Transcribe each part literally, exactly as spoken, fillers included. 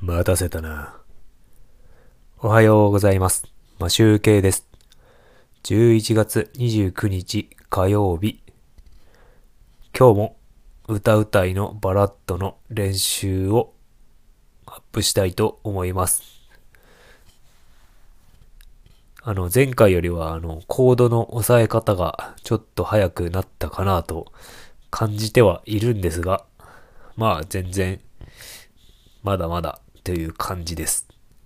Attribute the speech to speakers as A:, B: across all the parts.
A: 待たせたな。おはようございます。まあ、集計です。じゅういちがつにじゅうくにち火曜日。今日も歌うたいのバラッドの練習をアップしたいと思います。あの前回よりはあのコードの押さえ方がちょっと早くなったかなと感じてはいるんですが、まあ全然まだまだという感じです。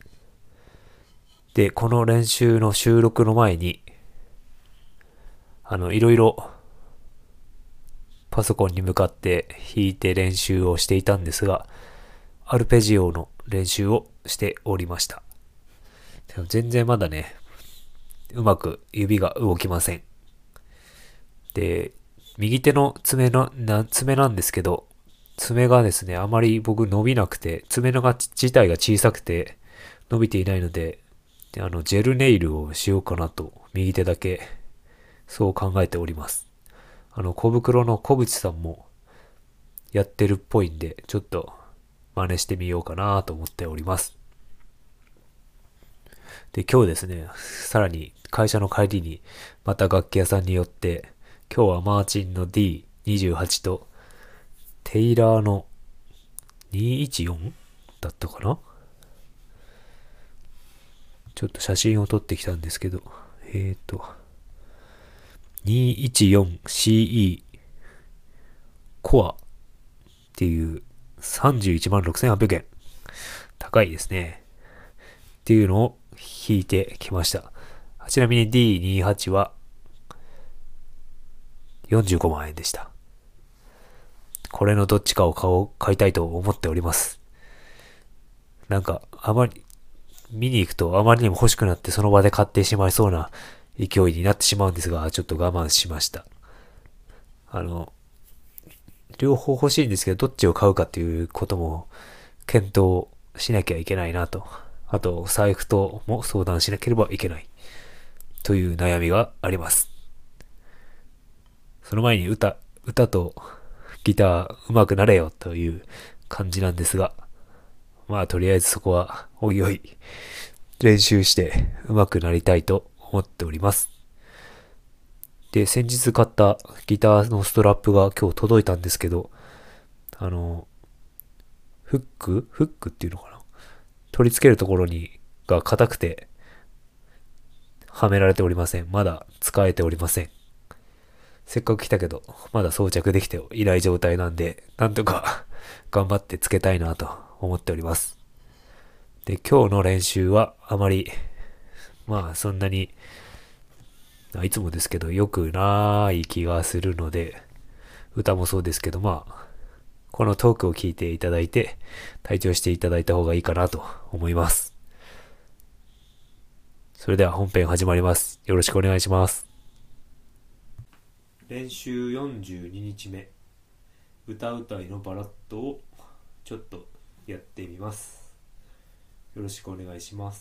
A: で、この練習の収録の前に、あの、いろいろパソコンに向かって弾いて練習をしていたんですが、アルペジオの練習をしておりました。でも全然まだね、うまく指が動きません。で、右手の爪の、な爪なんですけど、爪がですね、あまり僕伸びなくて、爪のが自体が小さくて伸びていないので、あの、ジェルネイルをしようかなと、右手だけ、そう考えております。あの、小袋の小渕さんもやってるっぽいんで、ちょっと真似してみようかなと思っております。で、今日ですね、さらに会社の帰りにまた楽器屋さんに寄って、今日はマーチンの ディーにじゅうはち とテイラーのにひゃくじゅうよんだったかな、ちょっと写真を撮ってきたんですけど、えーと、にひゃくじゅうよんシーイー コアっていうさんじゅういちまんろくせんはっぴゃくえん。高いですね。っていうのを引いてきました。ちなみに ディーにじゅうはち はよんじゅうごまんえんでした。これのどっちかを買おう、買いたいと思っております。なんか、あまり、見に行くとあまりにも欲しくなってその場で買ってしまいそうな勢いになってしまうんですが、ちょっと我慢しました。あの、両方欲しいんですけど、どっちを買うかっていうことも検討しなきゃいけないなと。あと、財布とも相談しなければいけないという悩みがあります。その前に歌、歌とギター上手くなれよという感じなんですが、まあとりあえずそこはおいおい練習して上手くなりたいと思っております。で、先日買ったギターのストラップが今日届いたんですけど、あの、フックフックっていうのかな、取り付けるところにが硬くてはめられておりません。まだ使えておりません。せっかく来たけど、まだ装着できていない状態なんで、なんとか頑張ってつけたいなと思っております。で、今日の練習はあまり、まあそんなに、いつもですけど、良くない気がするので、歌もそうですけど、まあ、このトークを聞いていただいて、体調していただいた方がいいかなと思います。それでは本編始まります。よろしくお願いします。練習よんじゅうににちめ、歌うたいのバラッドをちょっとやってみます。よろしくお願いします。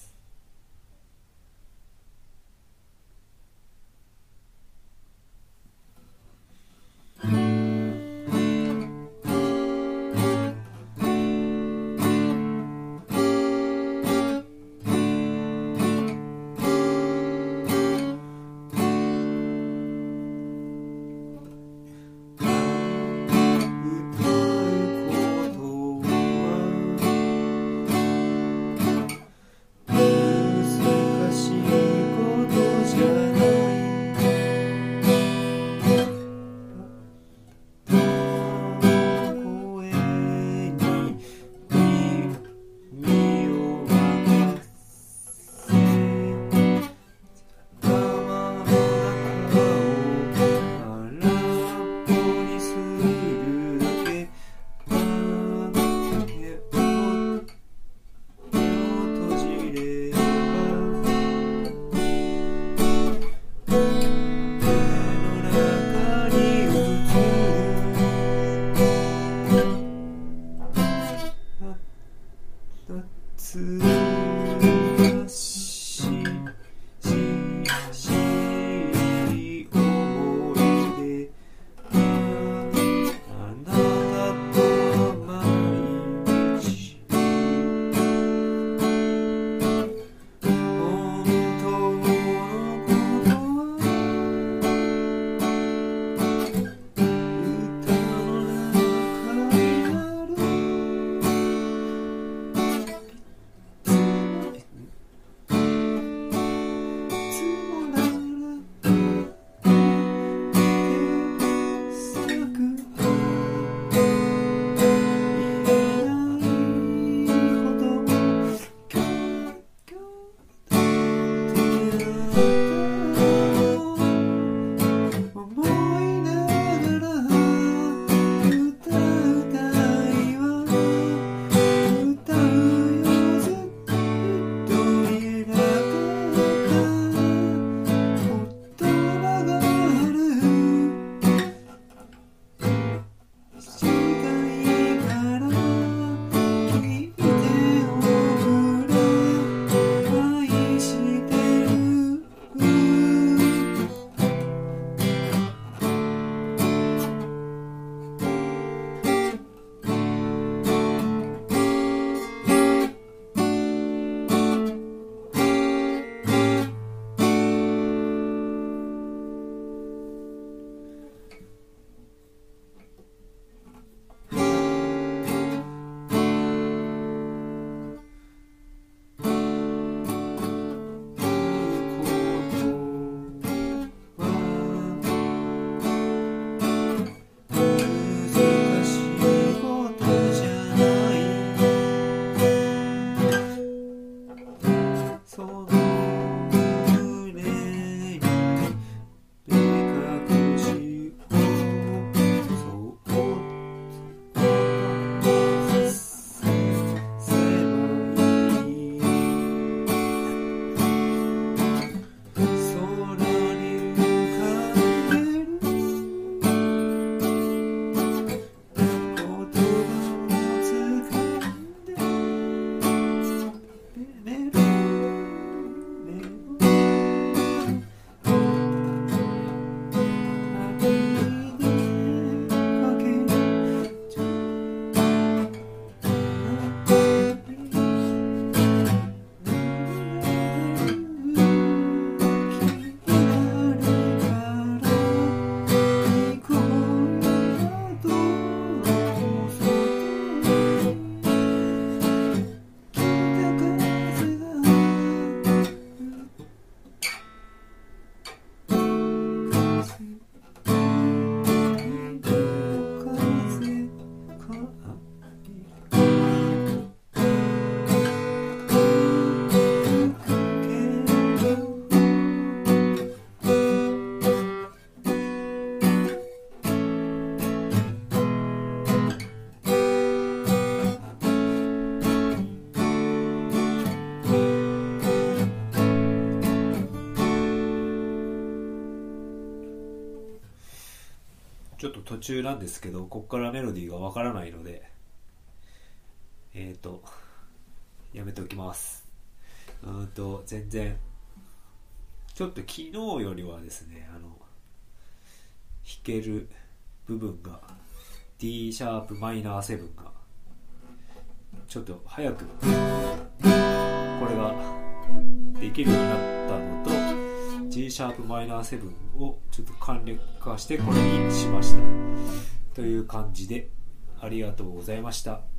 A: 途中なんですけど、こっからメロディーがわからないので、えっとやめておきます。うーんと全然ちょっと昨日よりはですね、あの弾ける部分が D シャープマイナーセブンがちょっと早くこれができるようになったのと、 G シャープマイナーセブンをちょっと簡略化してこれにしましたという感じで、ありがとうございました。